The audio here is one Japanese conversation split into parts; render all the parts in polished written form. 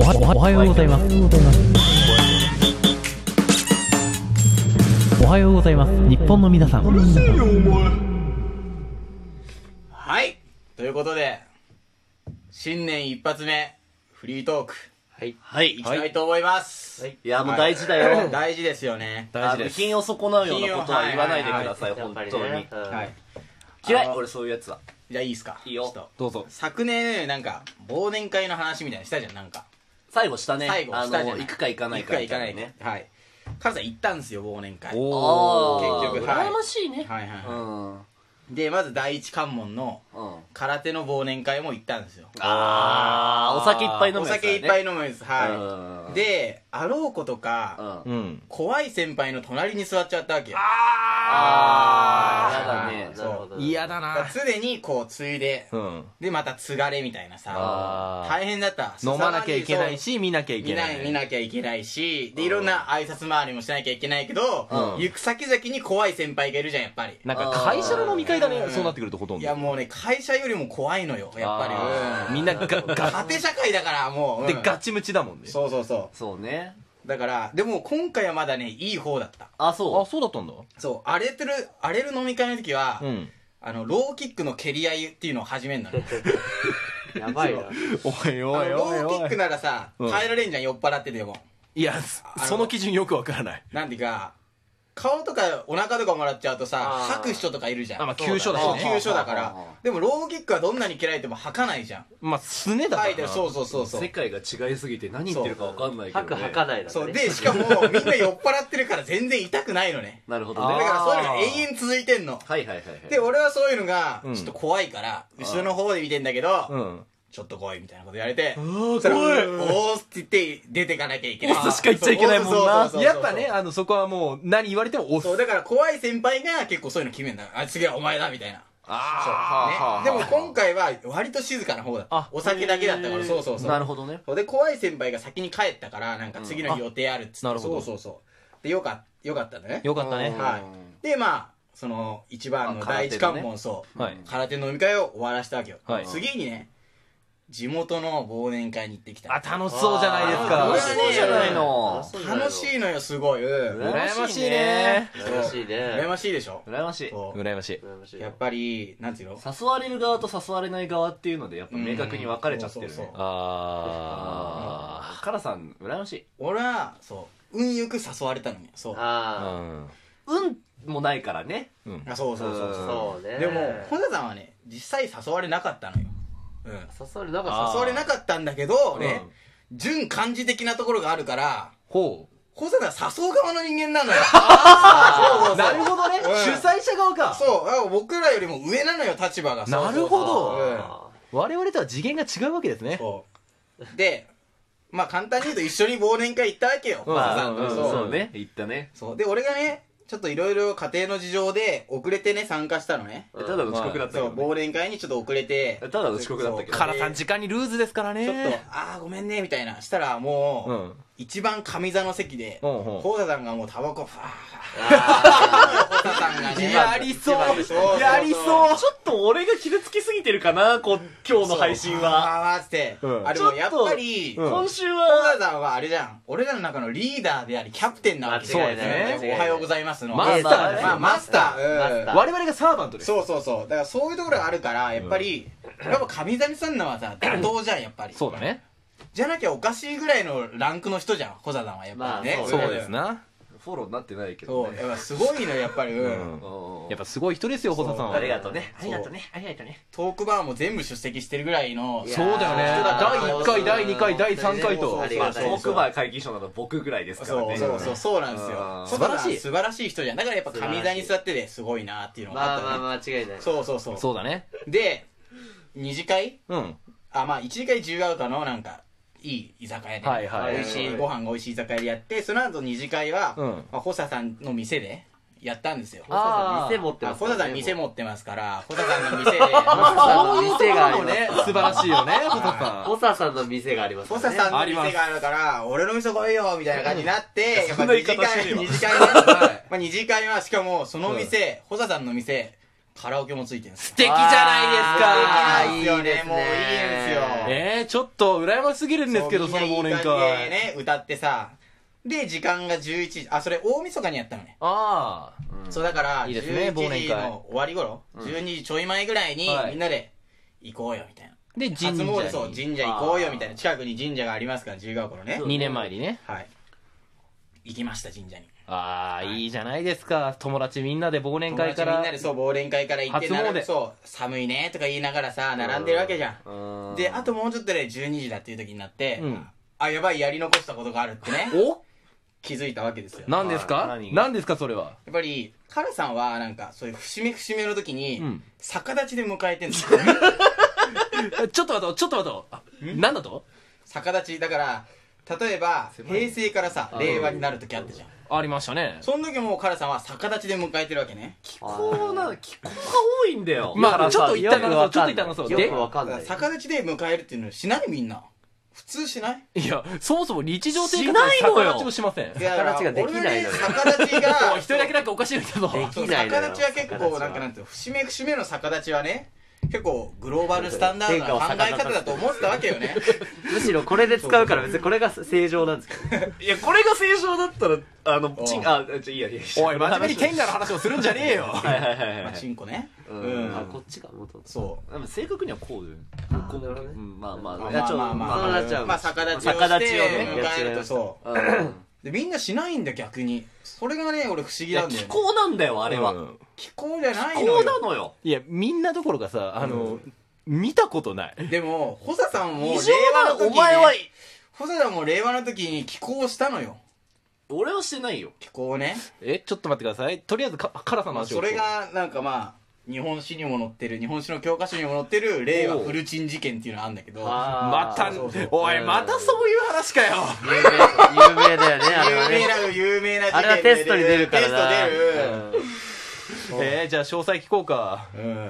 おはようございます。おはようございます。日本の皆さん。 うるせえよお前。はい、ということで新年一発目フリートークはいいきたいと思います。 いやもう大事だよ。 大事ですよね。 大事です。品を損なうようなことは言わないでください。本当にはい。 嫌い俺そういうやつは。 じゃあいいですか。 いいよ。 どうぞ。 昨年なんか忘年会の話みたいなしたじゃん。なんか最後したね。 最後したじゃん。 行くか行かないか。 行くか行かないね。はい。カズさん行ったんですよ忘年会。 お結局羨ましいね。 はいはいはい。でまず第一関門の空手の忘年会も行ったんですよ。 ああお酒いっぱい飲むやつ。 お酒いっぱい飲むやつ。はい。であろうことか怖い先輩の隣に座っちゃったわけよ。 ああ嫌だね。 そう嫌だな。 常にこうついででまた継がれみたいなさ大変だった。 飲まなきゃいけないし見なきゃいけない。 見なきゃいけないしでいろんな挨拶回りもしなきゃいけないけど行く先々に怖い先輩がいるじゃんやっぱり。 なんか会社の飲み会だね。そうなってくるとほとんど。 いやもうね会社よりも怖いのよやっぱり。 みんな家庭社会だからもうでガチムチだもんね。 そうそうそうそうね。 だからでも今回はまだねいい方だった。 あそうそうだったんだ。 そう荒れる飲み会の時はローキックの蹴り合いっていうのを始めんのね。 やばいな。 おいおいおいローキックならさ耐えられんじゃん酔っ払ってても。 いやその基準よくわからない。 なんていうか顔とかお腹とかもらっちゃうとさ吐く人とかいるじゃん。 まあ急所だしね。 急所だからでもローキックはどんなに蹴られても吐かないじゃん。 まあすねだからな。 そうそうそうそう。 世界が違いすぎて何言ってるか分かんないけどね。 吐かないだね。 そうでしかもみんな酔っ払ってるから全然痛くないのね。 なるほどね。 だからそういうのが永遠続いてんの。 はいはいはい。 で俺はそういうのがちょっと怖いから後ろの方で見てんだけどちょっと来いみたいなこと言われて、そしたらおーって言って出てかなきゃいけない。 押すしか言っちゃいけないもんな。 そうやっぱねそこはもう何言われても押す。 そうだから怖い先輩が結構そういうの決めんだ。次はお前だみたいな。でも今回は割と静かな方だった。お酒だけだったから。そうそうそう。 なるほどね。 で怖い先輩が先に帰ったからなんか次の予定あるっつって。そうそうそう。でよかったね。 よかったね。 はい。でまあその一番の第一関門空手の飲み会を終わらせたわけよ。次にね地元の忘年会に行ってきた。 楽しそうじゃないですか。 楽しそうじゃないの。 楽しいのよすごい。 羨ましいね。 羨ましいでしょ。 羨ましい。 羨ましい。 やっぱりなんていうの誘われる側と誘われない側っていうのでやっぱ明確に分かれちゃってるね。カラさん羨ましい。 俺はそう運よく誘われたのに。そう運もないからね。 そうそうでも本田さんはね実際誘われなかったのよ。誘われなかったんだけどね準漢字的なところがあるから本田さん誘う側の人間なのよ。 なるほどね。主催者側か。 そう僕らよりも上なのよ立場が。 なるほど。我々とは次元が違うわけですね。 でまあ簡単に言うと一緒に忘年会行ったわけよ。 そうね行ったね。 で俺がねちょっといろいろ家庭の事情で遅れてね参加したのね。 ただの遅刻だったけど。 忘年会にちょっと遅れて。 ただの遅刻だったけど。 カラさん時間にルーズですからね。 ちょっとごめんねみたいなしたらもう一番上座の席でホ田さんがもうタバコファホ田さんがねやりそうやりそう。 ちょっと俺が傷つきすぎてるかな今日の配信は。 でもやっぱり今週はホ田さんはあれじゃん俺らの中のリーダーでありキャプテンなわけそうですね。おはようございますのマスターですよ。 マスター。 我々がサーバントです。 そうだからそういうところがあるからやっぱり上谷さんのはさ妥当じゃんやっぱり。 そうだね。 じゃなきゃおかしいぐらいのランクの人じゃんホ田さんはやっぱりね。 そうですな。 フォローになってないけどね。 そうすごいのやっぱり。 やっぱすごい人ですよホ田さんは。 ありがとうね。 トークバーも全部出席してるぐらいの。 そうだよね。第1回第2回第3回と。 トークバー会議所なの僕ぐらいですからね。 そうなんですよ。素晴らしい人じゃん。だからやっぱ上座に座っててすごいなっていうのがあったね。 まあ間違いない。 そうだね。 で二次会まあ一次会自由が丘のなんかいい居酒屋で美味しいご飯が美味しい居酒屋でやってその後二次会はホサさんの店でやったんですよ。 ホサさん店持ってます。 ホサさん店持ってますからホサさんの店で店がありますね。 素晴らしいよねホサさん。 ホサさんの店があります。 ホサさんの店があるから俺の店来いよみたいな感じになってやっぱ二次会はしかもその店ホサさんの店カラオケもついてるんですよ。 素敵じゃないですか。 いいですね。もういいんですよ。 ちょっと羨ましすぎるんですけど、その忘年会。 ね、歌ってさ、で、時間が11時、それ大晦日にやったのね。 ああ。 そう、だから、 いいですね、忘 11時年会。 の終わり頃、12時ちょい前ぐらいに、みんなで行こうよ、みたいな。 で、 初詣、そう、神社行こうよ、みたいな。近くに神社がありますから、自由が丘のね。 2年前にね。 はい。行きました、神社に。 ああ、いいじゃないですか。友達みんなで忘年会から。 みんなでそう、忘年会から行って、そう、寒いねとか言いながらさ、並んでるわけじゃん。で、あともうちょっとで12時だっていう時になって、やばい、やり残したことがあるってね。気づいたわけですよ。 何ですか？何ですか、それは。 やっぱり、カラさんは、なんか、そういう節目節目の時に、逆立ちで迎えてんですよ。 ちょっと待とう。何だと？ 逆立ち、だから、例えば、平成からさ、令和になる時あったじゃん。 ありましたね。 その時もカラさんは逆立ちで迎えてるわけね。 気候が多いんだよ。 まあ、ちょっと言ったらそう。 よくわかんない。 逆立ちで迎えるっていうのしないみんな。普通しない？ いや、そもそも日常生活で逆立ちもしません。 逆立ちができないのよ。 逆立ちが、 一人だけなんかおかしいんだけど。 逆立ちは結構、なんていうの、節目節目の逆立ちはね、結構グローバルスタンダードな考え方だと思ってたわけよね。 むしろこれで使うから別にこれが正常なんですけど。 いや、これが正常だったら、いや。 おい、真面目に天下の話をするんじゃねえよ。 はい。 チンコね。 こっちが元々。 そう。 でも正確にはこうで。まあ。 まあ、逆立ちをして迎えるとそう。で、みんなしないんだ逆に。それがね、俺不思議なんだよ。 気候なんだよ、あれは。 気候じゃないのよ。 気候なのよ。 いや、みんなどころかさ、見たことない。 でも、ホサさんも令和の時に、ホサさんも令和の時に気候したのよ。 俺はしてないよ。 気候ね。 ちょっと待ってください。とりあえず、カラさんの話を。 それが、なんかまあ、日本史にも載ってる、日本史の教科書にも載ってる、令和フルチン事件っていうのがあるんだけど。 またそういう話かよ。 有名だよね、あれはね。 有名な事件。 あれはテストに出るからな。 テスト出る。 じゃあ詳細聞こうか。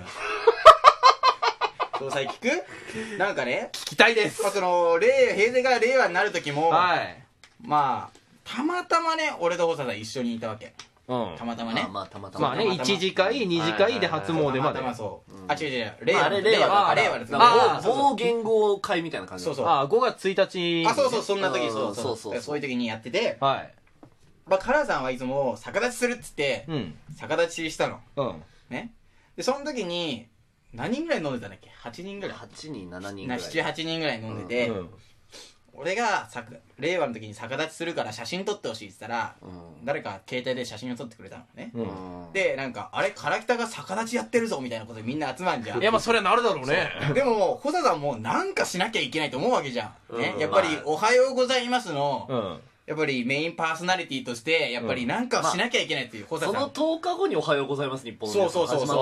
詳細聞く？なんかね。 聞きたいです。 まあその、平成から令和になる時も、まあ、たまたまね、俺とホサさん一緒にいたわけ。たまたまね。 まあね、1次会、2次会で初詣まで。 そう。違う。令和です。 某言語会みたいな感じ。 そう。 5月1日。 そう、そんな時、そういう時にやってて、まあ、カラさんはいつも逆立ちするっつって、逆立ちしたの。ね。で、その時に、何人ぐらい飲んでたんだっけ ?8 人ぐらい。 8人、7人ぐらい。 7、8人ぐらい飲んでて、俺が令和の時に逆立ちするから写真撮ってほしいって言ったら、誰か携帯で写真を撮ってくれたのね。で、なんか、あれ、唐北が逆立ちやってるぞみたいなことでみんな集まんじゃん。 いや、まあそれはなるだろうね。 でも、ホサさんもなんかしなきゃいけないと思うわけじゃん。ね。やっぱり、おはようございますの、やっぱりメインパーソナリティとして、やっぱりなんかをしなきゃいけないっていう、ホサさん。 その10日後におはようございます日本の。 そう。始まったから、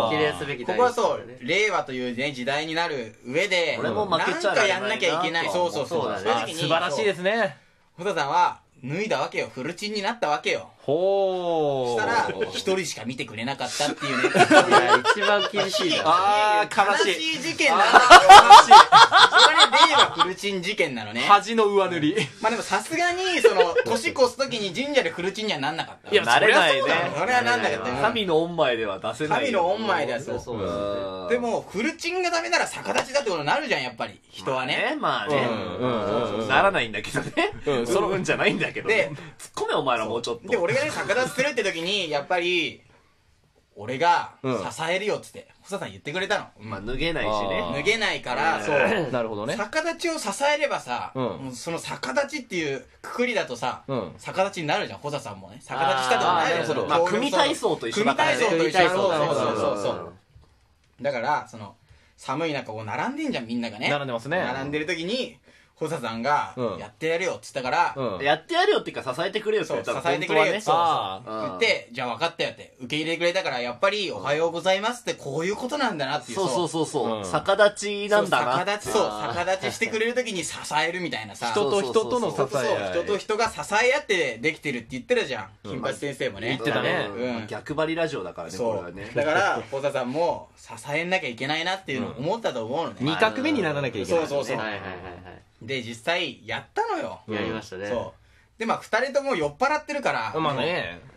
記念すべきここはそう、令和というね、時代になる上で、 俺も負けちゃう。 なんかやんなきゃいけない。そう。 素晴らしいですね。 ホサさんは、脱いだわけよ。フルチンになったわけよ。 そしたら、一人しか見てくれなかったっていうね。 一番厳しいな。 悲しい事件なんだけど。それがね、令和フルチン事件なのね。 恥の上塗り。 まあでもさすがに、その、年越す時に神社でフルチンにはなんなかった。 いや、なれないね。 それはなんなかったよ。 神の御前では出せない。 神の御前ではそう。でも、フルチンがダメなら逆立ちだってことになるじゃん、やっぱり。人はね。 まあね。ならないんだけどね。その分じゃないんだけど。で、突っ込めお前らもうちょっと。 で、俺がね、逆立ちするって時に、やっぱり、俺が支えるよっつって、ホサさん言ってくれたの。 まあ、脱げないしね。 脱げないから、そう。 なるほどね。 逆立ちを支えればさ、その逆立ちっていうくくりだとさ、逆立ちになるじゃん、ホサさんもね。逆立ちしたとないじゃん。 まあ、組体操と一緒だからね。 組体操と一緒。そう。だから、その、寒い中こう並んでんじゃん、みんながね。 並んでますね。 並んでる時に、ホサさんが、やってやるよっつったから、 やってやるよっていうか支えてくれよって言ったら、 支えてくれよって言って、じゃあ分かったよって、受け入れてくれたから、やっぱり、おはようございますってこういうことなんだなっていう。 そう。逆立ちなんだな。 逆立ちしてくれる時に支えるみたいなさ。 人と人との支え。 人と人が支え合ってできてるって言ってたじゃん。金八先生もね。 言ってたね。 逆張りラジオだからね、これはね。 だから、ホサさんも支えなきゃいけないなっていうのを思ったと思うのね。 2画目にならなきゃいけない。 そう。で、実際、やったのよ。 やりましたね。 そう。で、まあ、二人とも酔っ払ってるから。 まあね。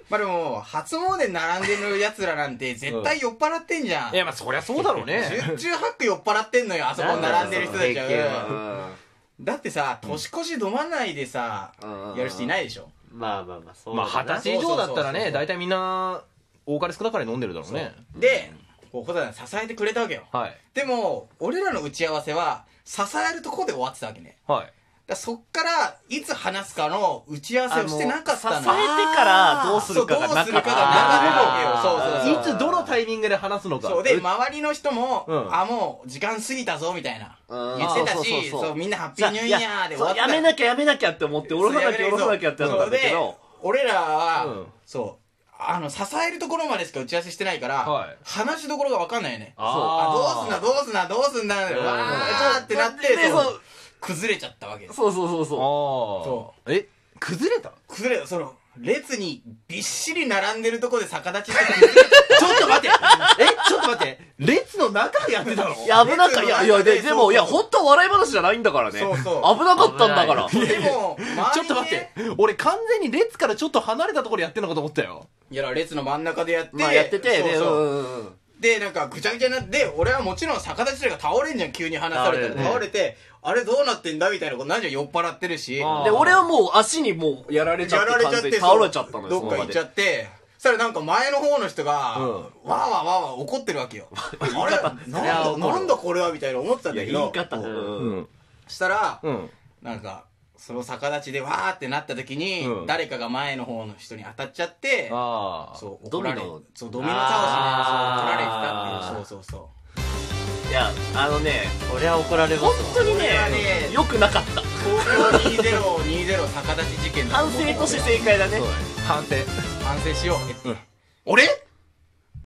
まあでも初詣に並んでる奴らなんて絶対酔っ払ってんじゃん。 いやまあそりゃそうだろうね。 十中八九酔っ払ってんのよ、あそこに並んでる人たちは。だってさ、年越しどまんないでさ、やる人いないでしょ。 まあそう。 まあ20歳以上だったらね、大体みんな多かれ少なかれ飲んでるだろうね。 で、こう小田さん支えてくれたわけよ。 はい。 でも俺らの打ち合わせは支えるとこで終わってたわけね。 はい。 そっからいつ話すかの打ち合わせをしてなかったの。 支えてからどうするかがなかった。 どうするかがなかったわけよ。 いつどのタイミングで話すのか。 そうで、周りの人も、もう時間過ぎたぞみたいな言ってたし、そうみんなハッピーニューイヤーで終わった。 やめなきゃって思って下ろさなきゃってなったんだけど、 俺らはそう支えるところまでしか打ち合わせしてないから、話しどころが分かんないよね。どうすんなわーってなって、崩れちゃったわけです。 そう崩れた、 列にびっしり並んでるとこで逆立ちしてちょっと待って列の中でやってたの？ いや危なかった。いやでも本当は笑い話じゃないんだからね。危なかったんだから。 でもちょっと待って、俺完全に列からちょっと離れたところでやってんのかと思ったよ。 いや列の真ん中でやってて、 でなんかぐちゃぐちゃになって、俺はもちろん逆立ちしてるから倒れんじゃん。急に離されたら倒れて、あれどうなってんだみたいなことなんじゃ酔っ払ってるし、で俺はもう足にもうやられちゃって倒れちゃったのよ。 どっか行っちゃって、そしたらなんか前の方の人がわーわー怒ってるわけよ。あれなんだこれはみたいな思ってたんだけど、 言い方したらなんかその逆立ちでわーってなった時に、誰かが前の方の人に当たっちゃって、 ドミノ倒しに取られてたっていう。そういやこれは怒られます。 本当にね良くなかった。 東京2020逆立ち事件の反省として正解だね。 反省しよう。 俺